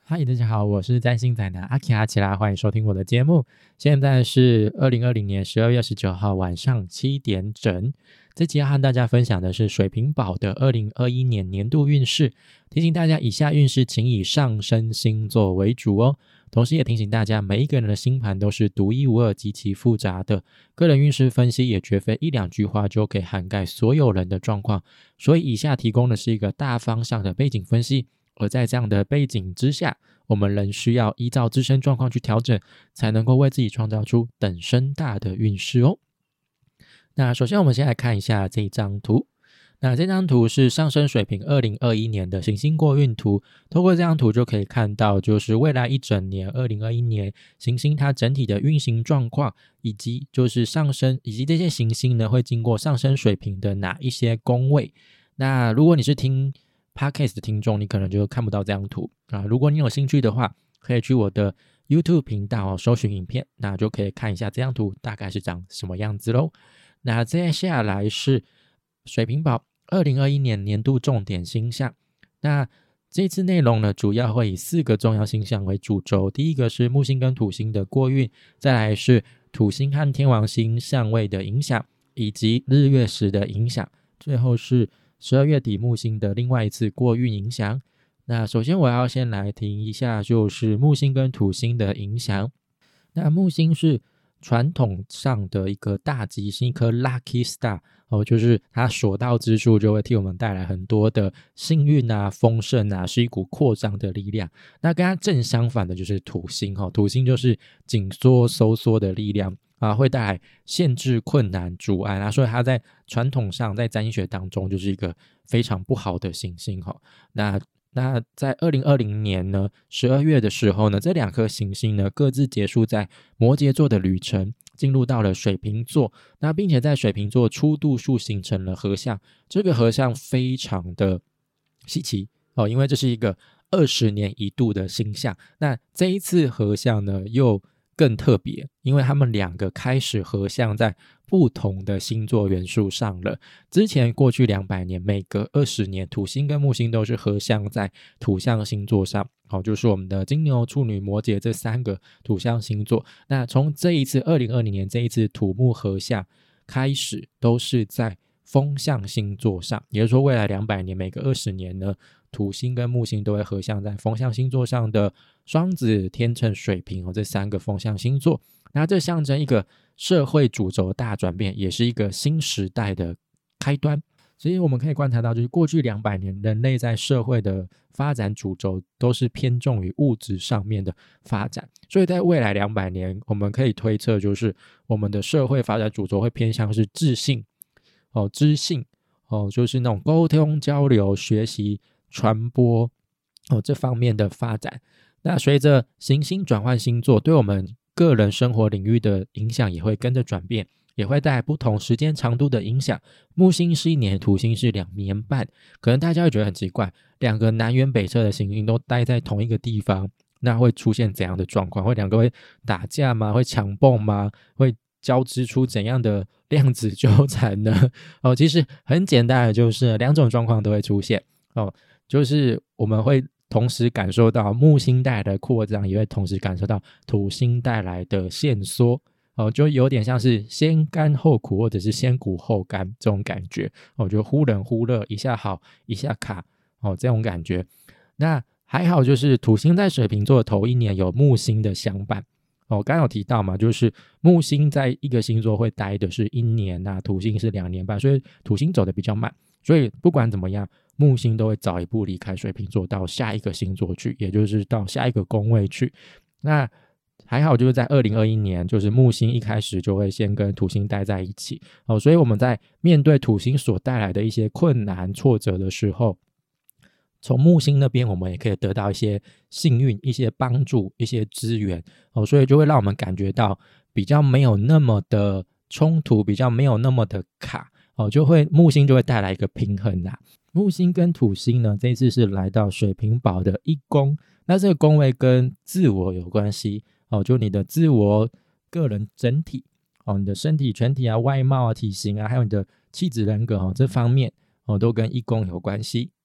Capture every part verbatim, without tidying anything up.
嗨，大家好，我是占星仔男阿奇阿奇拉，欢迎收听我的节目。现在是二零二零年十二月十九号晚上七点整。这集要和大家分享的是水瓶宝的二零二一年年度运势。提醒大家，以下运势请以上升星座为主哦。同时也提醒大家，每一个人的星盘都是独一无二、极其复杂的，个人运势分析也绝非一两句话就可以涵盖所有人的状况。所以以下提供的是一个大方向的背景分析。而在这样的背景之下，我们仍需要依照自身状况去调整，才能够为自己创造出等身大的运势哦。那首先我们先来看一下这张图。那这张图是上升水瓶二零二一年的行星过运图，透过这张图就可以看到，就是未来一整年二零二一年行星它整体的运行状况，以及就是上升以及这些行星呢会经过上升水瓶的哪一些宫位。那如果你是听Podcast 的听众，你可能就看不到这张图啊。如果你有兴趣的话，可以去我的 YouTube 频道、哦、搜寻影片，那就可以看一下这张图大概是长什么样子咯。那接下来是水瓶宝二零二一年年度重点星象。那这次内容呢，主要会以四个重要星象为主轴。第一个是木星跟土星的过运，再来是土星和天王星相位的影响，以及日月食的影响，最后是十二月底木星的另外一次过运影响。那首先我要先来提一下，就是木星跟土星的影响。那木星是传统上的一个大吉星，一颗 lucky star、哦、就是它所到之处就会替我们带来很多的幸运啊、丰盛啊，是一股扩张的力量。那跟它正相反的就是土星、哦、土星就是紧缩收缩的力量啊，会带来限制、困难、阻碍啊，所以它在传统上在占星学当中就是一个非常不好的行星、哦、那那在二零二零年呢十二月的时候呢，这两颗行星呢各自结束在摩羯座的旅程，进入到了水瓶座，那并且在水瓶座初度数形成了合相。这个合相非常的稀奇、哦、因为这是一个二十年一度的星象。那这一次合相呢又更特别，因为他们两个开始合相在不同的星座元素上了。之前过去两百年每隔二十年土星跟木星都是合相在土象星座上、哦、就是我们的金牛、处女、摩羯这三个土象星座。那从这一次二零二零年这一次土木合相开始都是在风象星座上，也就是说未来两百年每隔二十年呢，土星跟木星都会合相在风象星座上的双子、天秤、水瓶、哦、这三个风象星座。那这象征一个社会主轴大转变，也是一个新时代的开端。所以我们可以观察到，就是过去两百年人类在社会的发展主轴都是偏重于物质上面的发展，所以在未来两百年我们可以推测，就是我们的社会发展主轴会偏向是智性、哦、知性、哦、就是那种沟通交流、学习、传播、哦、这方面的发展。那随着行星转换星座，对我们个人生活领域的影响也会跟着转变，也会带来不同时间长度的影响。木星是一年，土星是两年半。可能大家会觉得很奇怪，两个南辕北辙的行星都待在同一个地方，那会出现怎样的状况？会两个会打架吗？会强蹦吗？会交织出怎样的量子纠缠呢？哦，其实很简单的，就是两种状况都会出现哦，就是我们会同时感受到木星带来的扩张，也会同时感受到土星带来的限缩、哦、就有点像是先甘后苦，或者是先苦后甘这种感觉、哦、就忽冷忽热，一下好一下卡、哦、这种感觉。那还好就是土星在水瓶座的头一年有木星的相伴、哦、刚刚有提到嘛，就是木星在一个星座会待的是一年啊，土星是两年半，所以土星走的比较慢，所以不管怎么样木星都会早一步离开水瓶座到下一个星座去，也就是到下一个宫位去。那还好就是在二零二一年，就是木星一开始就会先跟土星待在一起、哦、所以我们在面对土星所带来的一些困难挫折的时候，从木星那边我们也可以得到一些幸运、一些帮助、一些资源、哦、所以就会让我们感觉到比较没有那么的冲突，比较没有那么的卡、哦、就会木星就会带来一个平衡啦。木星跟土星呢，这次是来到水瓶宝的一宫，那这个宫位跟自我有关系、哦、就你的自我、个人整体、哦、你的身体全体啊、外貌啊、体型啊，还有你的气质人格、哦、这方面、哦、都跟一宫有关系。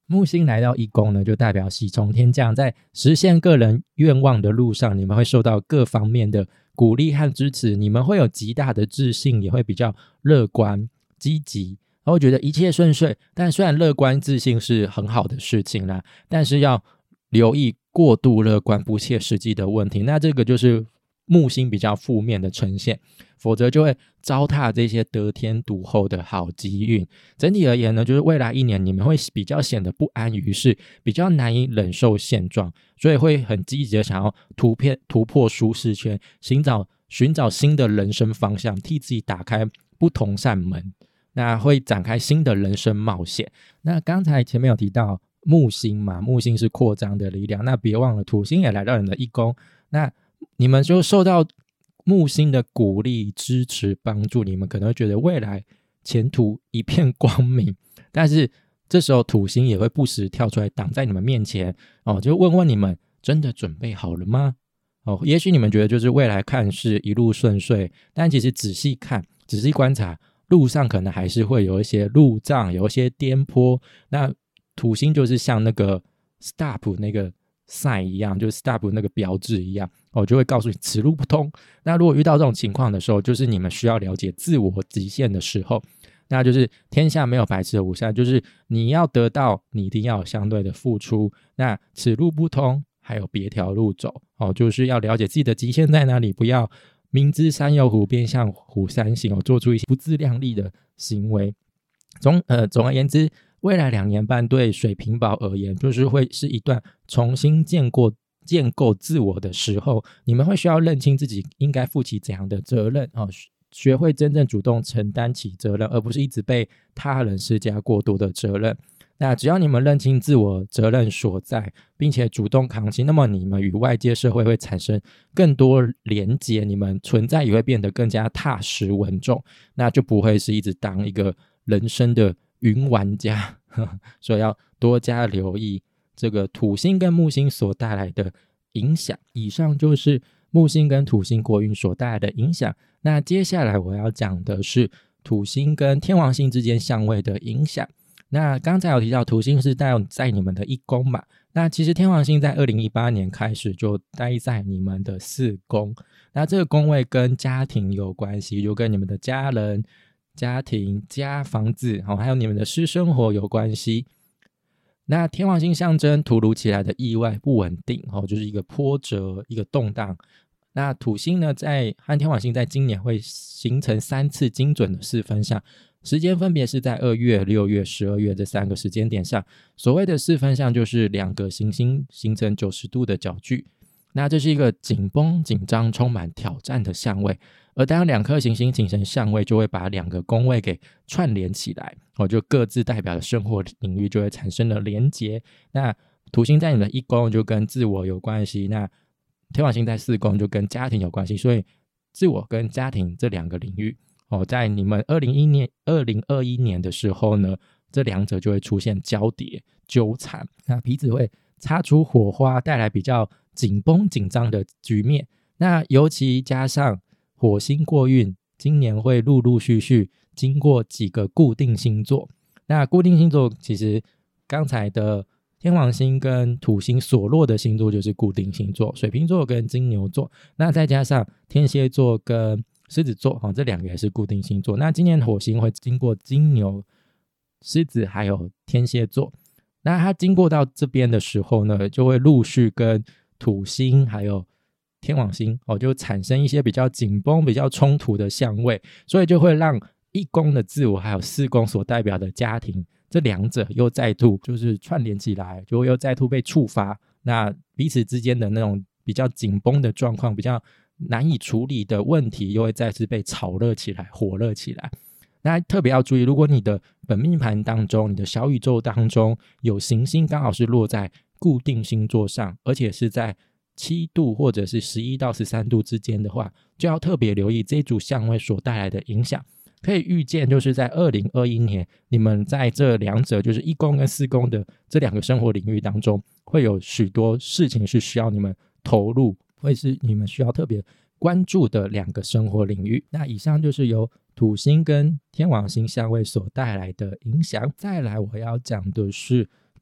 木星来到一宫呢，就代表喜从天降，在实现个人愿望的路上，你们会受到各方面的鼓励和支持，你们会有极大的自信，也会比较乐观积极，然后觉得一切顺遂。但虽然乐观自信是很好的事情啦，但是要留意过度乐观不切实际的问题，那这个就是木星比较负面的呈现，否则就会糟蹋这些得天独厚的好机运。整体而言呢，就是未来一年你们会比较显得不安于世，比较难以忍受现状，所以会很积极的想要突破突破舒适圈，寻找寻找新的人生方向，替自己打开不同扇门，那会展开新的人生冒险。那刚才前面有提到木星嘛，木星是扩张的力量，那别忘了土星也来到你的一宫，那你们就受到木星的鼓励支持帮助，你们可能会觉得未来前途一片光明，但是这时候土星也会不时跳出来挡在你们面前哦，就问问你们真的准备好了吗？哦，也许你们觉得就是未来看似一路顺遂，但其实仔细看仔细观察，路上可能还是会有一些路障，有一些颠簸。那土星就是像那个 stop 那个 sign 一样，就是 stop 那个标志一样，我、哦、就会告诉你此路不通。那如果遇到这种情况的时候，就是你们需要了解自我极限的时候，那就是天下没有白吃的午餐，就是你要得到你一定要有相对的付出，那此路不通还有别条路走、哦、就是要了解自己的极限在哪里，不要明知山有虎便向虎山行、哦、做出一些不自量力的行为。 总, 呃、总而言之，未来两年半对水瓶宝而言，就是会是一段重新建构建构自我的时候，你们会需要认清自己应该负起怎样的责任、哦、学会真正主动承担起责任，而不是一直被他人施加过多的责任。那只要你们认清自我责任所在，并且主动扛起，那么你们与外界社会会产生更多连结，你们存在也会变得更加踏实稳重，那就不会是一直当一个人生的云玩家所以要多加留意这个土星跟木星所带来的影响。以上就是木星跟土星国运所带来的影响。那接下来我要讲的是土星跟天王星之间相位的影响。那刚才有提到土星是待在你们的一宫嘛，那其实天王星在二零一八年开始就待在你们的四宫，那这个宫位跟家庭有关系，就跟你们的家人、家庭、家、房子、哦、还有你们的私生活有关系。那天王星象征突如其来的意外不稳定、哦、就是一个波折，一个动荡。那土星呢，在和天王星在今年会形成三次精准的四分相，时间分别是在二月、六月、十二月这三个时间点上。所谓的四分相就是两个行星形成九十度的角距，那这是一个紧绷、紧张、充满挑战的相位。而当两颗行星形成相位，就会把两个宫位给串联起来、哦、就各自代表的生活领域就会产生了连结。那土星在你的一宫就跟自我有关系，那天王星在四宫就跟家庭有关系，所以自我跟家庭这两个领域、哦、在你们二零二一年的时候呢，这两者就会出现交叠纠缠，那彼此会擦出火花，带来比较紧绷紧张的局面。那尤其加上火星过运，今年会陆陆续续经过几个固定星座。那固定星座其实刚才的天王星跟土星所落的星座就是固定星座，水瓶座跟金牛座，那再加上天蝎座跟狮子座、哦、这两个也是固定星座。那今年火星会经过金牛、狮子还有天蝎座，那它经过到这边的时候呢，就会陆续跟土星还有天王星、哦、就产生一些比较紧绷、比较冲突的相位，所以就会让一宫的自我还有四宫所代表的家庭，这两者又再度就是串联起来，就又再度被触发，那彼此之间的那种比较紧绷的状况，比较难以处理的问题，又会再次被炒热起来，火热起来。那特别要注意，如果你的本命盘当中，你的小宇宙当中有行星刚好是落在固定星座上，而且是在七度或者是十一到十三度之间的话，就要特别留意这组相位所带来的影响。可以预见，就是在二零二一年，你们在这两者就是一宫跟四宫的这两个生活领域当中，会有许多事情是需要你们投入，会是你们需要特别关注的两个生活领域。那以上就是由土星跟天王星相位所带来的影响。再来我要讲的是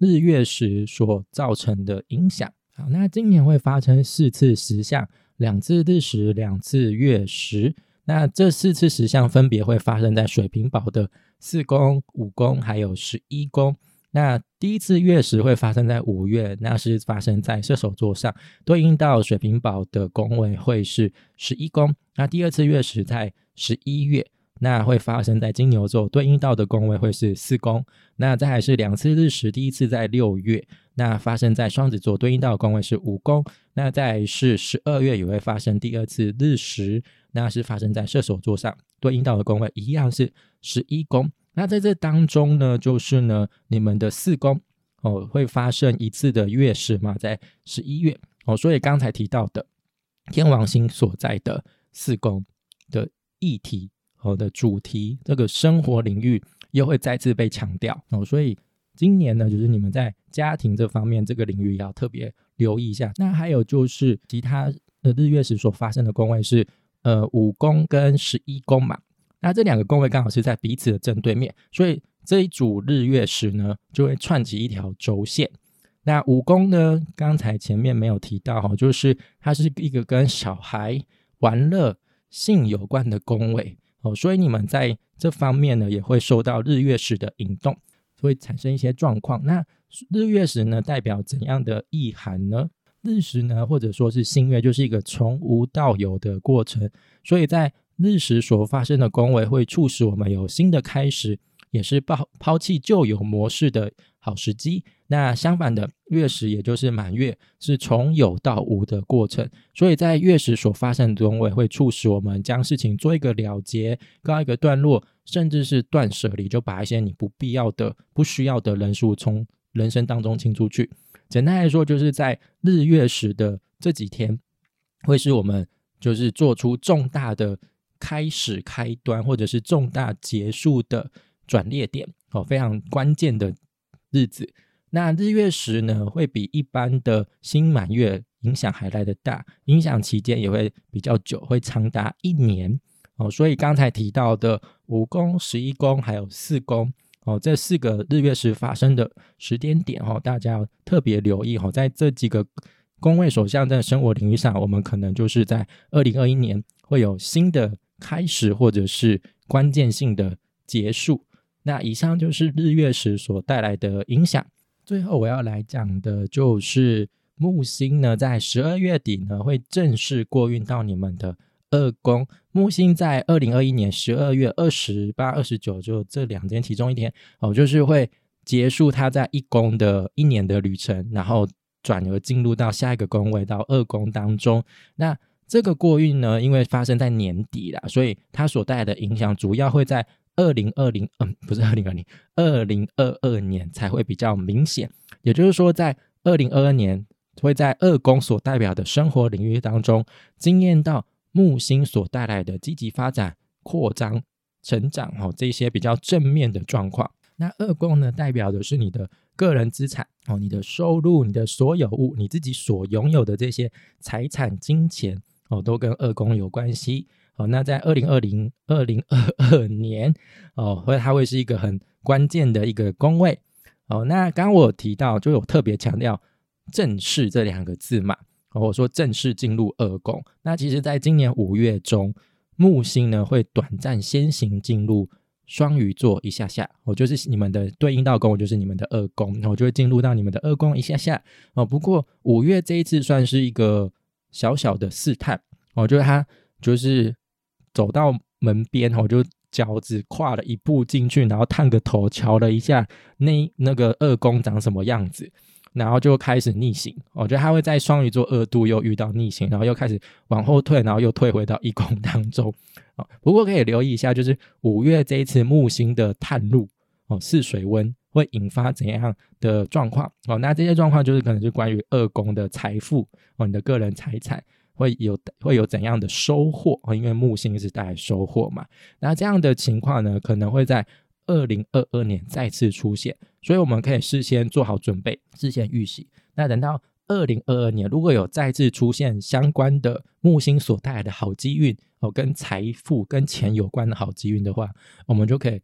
日月食所造成的影响。好，那今年会发生四次食相，两次日食，两次月食。那这四次食相分别会发生在水瓶宝的四宫、五宫还有十一宫。那第一次月食会发生在五月，那是发生在射手座上，对应到水瓶宝的宫位会是十一宫。那第二次月食在十一月，那会发生在金牛座，对应到的宫位会是四宫。那再来是两次日食，第一次在六月，那发生在双子座，对应到的宫位是五宫。那再来是十二月也会发生第二次日食，那是发生在射手座上，对应到的宫位一样是十一宫。那在这当中呢，就是呢你们的四宫哦会发生一次的月食嘛，在十一月哦，所以刚才提到的天王星所在的四宫的议题哦的主题，这个生活领域又会再次被强调哦，所以今年呢，就是你们在家庭这方面这个领域要特别留意一下。那还有就是其他的日月食所发生的宫位是呃五宫跟十一宫嘛，那这两个宫位刚好是在彼此的正对面，所以这一组日月食呢就会串起一条轴线。那五宫呢，刚才前面没有提到，就是它是一个跟小孩玩乐性有关的宫位，所以你们在这方面呢也会受到日月食的引动，会产生一些状况。那日月食呢代表怎样的意涵呢？日食呢或者说是新月，就是一个从无到有的过程，所以在日食所发生的宫位会促使我们有新的开始，也是抛抛弃旧有模式的好时机。那相反的，月食也就是满月，是从有到无的过程，所以在月食所发生的宫位会促使我们将事情做一个了结，告一个段落，甚至是断舍离，就把一些你不必要的不需要的人数从人生当中清出去。简单来说，就是在日月食的这几天会是我们就是做出重大的开始开端，或者是重大结束的转捩点，哦，非常关键的日子。那日月食呢会比一般的新满月影响还来得大，影响期间也会比较久，会长达一年，哦，所以刚才提到的五宫、十一宫还有四宫，哦，这四个日月食发生的时间点，哦，大家要特别留意，哦，在这几个宫位所象征的生活领域上，我们可能就是在二零二一年会有新的开始，或者是关键性的结束。那以上就是日月食所带来的影响。最后我要来讲的就是木星呢在十二月底呢会正式过运到你们的二宫。木星在二零二一年十二月二十八、二十九就这两天其中一天，哦，就是会结束它在一宫的一年的旅程，然后转而进入到下一个宫位到二宫当中。那这个过运呢因为发生在年底啦，所以它所带来的影响主要会在二零二零嗯，不是二零二零二零二二年才会比较明显。也就是说在二零二二年会在二宫所代表的生活领域当中经验到木星所带来的积极发展、扩张、成长，哦，这些比较正面的状况。那二宫呢代表的是你的个人资产，哦，你的收入、你的所有物，你自己所拥有的这些财产、金钱，哦，都跟二宫有关系。哦，那在二零二零、二零二二年，哦，它会是一个很关键的一个宫位。哦，那刚刚我有提到，就有特别强调正式这两个字嘛，哦，我说正式进入二宫。那其实在今年五月中，木星呢会短暂先行进入双鱼座一下下，哦，就是你们的对应到宫，就是你们的二宫，然后就会进入到你们的二宫一下下。哦，不过五月这一次算是一个小小的试探，哦，就是它就是走到门边，哦，就脚趾跨了一步进去，然后探个头瞧了一下那那个二宫长什么样子，然后就开始逆行。我觉得他会在双鱼座二度又遇到逆行，然后又开始往后退，然后又退回到一宫当中。不过可以留意一下，就是五月这一次木星的探入，哦，试水温会引发怎样的状况，哦，那这些状况就是可能是关于二宫的财富，哦，你的个人财产会有会有怎样的收获，因为木星是带来收获嘛。那这样的情况呢可能会在二零二二年再次出现，所以我们可以事先做好准备，事先预习。那等到二零二二年如果有再次出现相关的木星所带来的好机运，哦，跟财富跟钱有关的好机运的话，我们就可以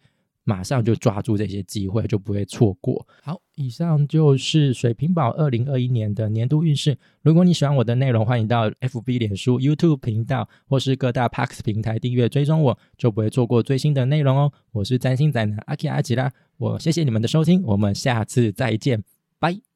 马上就抓住这些机会，就不会错过。好，以上就是水瓶宝二零二一年的年度运势。如果你喜欢我的内容，欢迎到 F B 脸书 YouTube 频道或是各大 Podcast 平台订阅追踪我，就不会错过最新的内容哦。我是占星宅男阿基阿吉拉，我谢谢你们的收听，我们下次再见，拜。